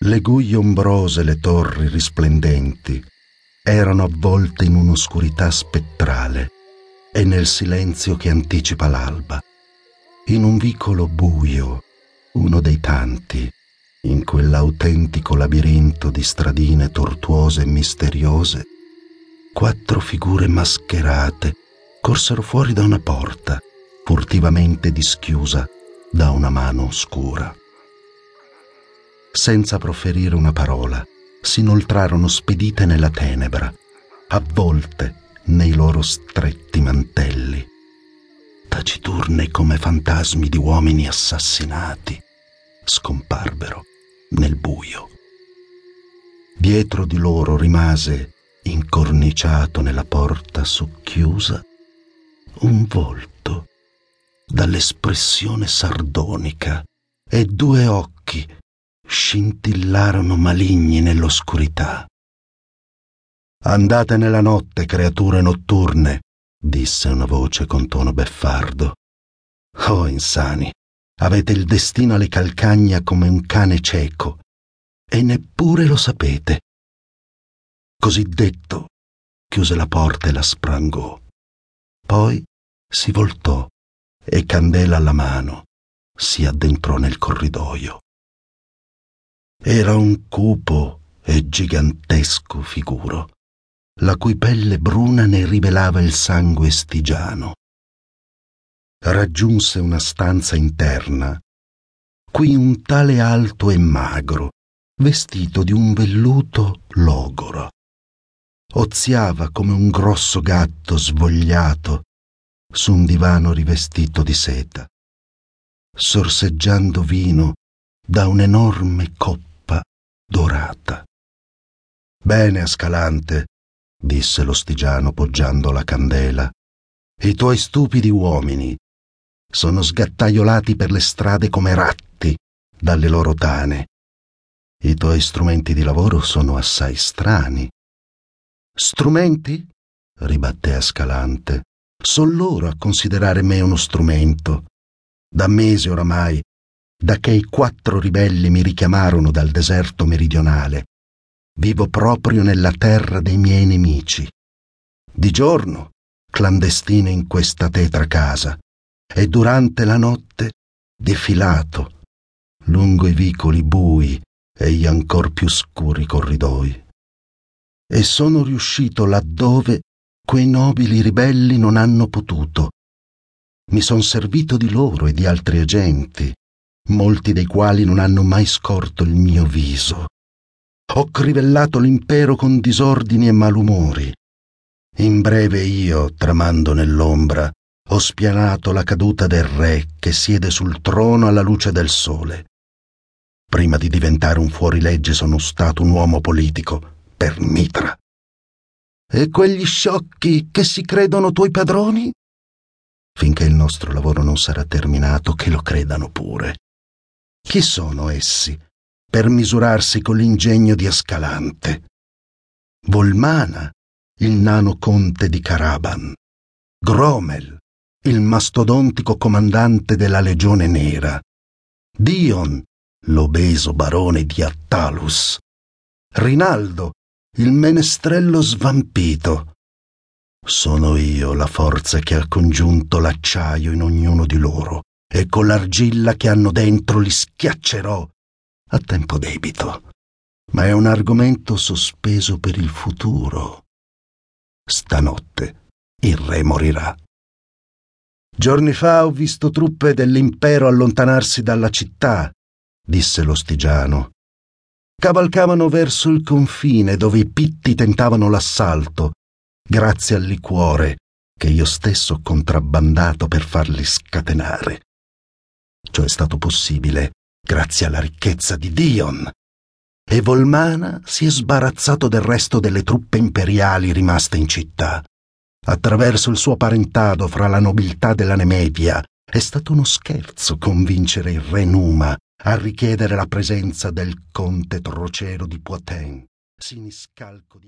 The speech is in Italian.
Le guglie ombrose, le torri risplendenti, erano avvolte in un'oscurità spettrale e nel silenzio che anticipa l'alba. In un vicolo buio, uno dei tanti, in quell'autentico labirinto di stradine tortuose e misteriose, 4 figure mascherate corsero fuori da una porta, furtivamente dischiusa da una mano oscura. Senza proferire una parola, si inoltrarono spedite nella tenebra, avvolte nei loro stretti mantelli, taciturne come fantasmi di uomini assassinati, scomparvero nel buio. Dietro di loro rimase, incorniciato nella porta socchiusa, un volto dall'espressione sardonica e 2 occhi scintillarono maligni nell'oscurità. «Andate nella notte, creature notturne», disse una voce con tono beffardo. «Oh, insani, avete il destino alle calcagna come un cane cieco e neppure lo sapete». Così detto, chiuse la porta e la sprangò. Poi si voltò e, candela alla mano, si addentrò nel corridoio. Era un cupo e gigantesco figuro, la cui pelle bruna ne rivelava il sangue estigiano. Raggiunse una stanza interna. Qui un tale alto e magro, vestito di un velluto logoro, oziava come un grosso gatto svogliato su un divano rivestito di seta, sorseggiando vino da un'enorme coppa dorata. «Bene, Ascalante», disse lo Stigiano poggiando la candela, «i tuoi stupidi uomini sono sgattaiolati per le strade come ratti dalle loro tane. I tuoi strumenti di lavoro sono assai strani». «Strumenti?» ribatté Ascalante. «Son loro a considerare me uno strumento. Da mesi oramai, da che i 4 ribelli mi richiamarono dal deserto meridionale, vivo proprio nella terra dei miei nemici. Di giorno, clandestino in questa tetra casa, e durante la notte, defilato lungo i vicoli bui e gli ancor più scuri corridoi. E sono riuscito laddove quei nobili ribelli non hanno potuto. Mi son servito di loro e di altri agenti, molti dei quali non hanno mai scorto il mio viso. Ho crivellato l'impero con disordini e malumori. In breve io, tramando nell'ombra, ho spianato la caduta del re che siede sul trono alla luce del sole. Prima di diventare un fuorilegge sono stato un uomo politico, per Mitra. E quegli sciocchi che si credono tuoi padroni? Finché il nostro lavoro non sarà terminato, che lo credano pure. Chi sono essi per misurarsi con l'ingegno di Ascalante? Volmana, il nano conte di Caraban, Gromel, il mastodontico comandante della Legione Nera, Dion, l'obeso barone di Attalus, Rinaldo, il menestrello svampito. Sono io la forza che ha congiunto l'acciaio in ognuno di loro, e con l'argilla che hanno dentro li schiaccerò a tempo debito. Ma è un argomento sospeso per il futuro. Stanotte il re morirà. Giorni fa ho visto truppe dell'impero allontanarsi dalla città, disse lo Stigiano. Cavalcavano verso il confine dove i pitti tentavano l'assalto, grazie al liquore che io stesso ho contrabbandato per farli scatenare. Ciò è stato possibile grazie alla ricchezza di Dion. E Volmana si è sbarazzato del resto delle truppe imperiali rimaste in città. Attraverso il suo parentado fra la nobiltà della Nemedia è stato uno scherzo convincere il re Numa a richiedere la presenza del conte Trocero di Poitin, siniscalco di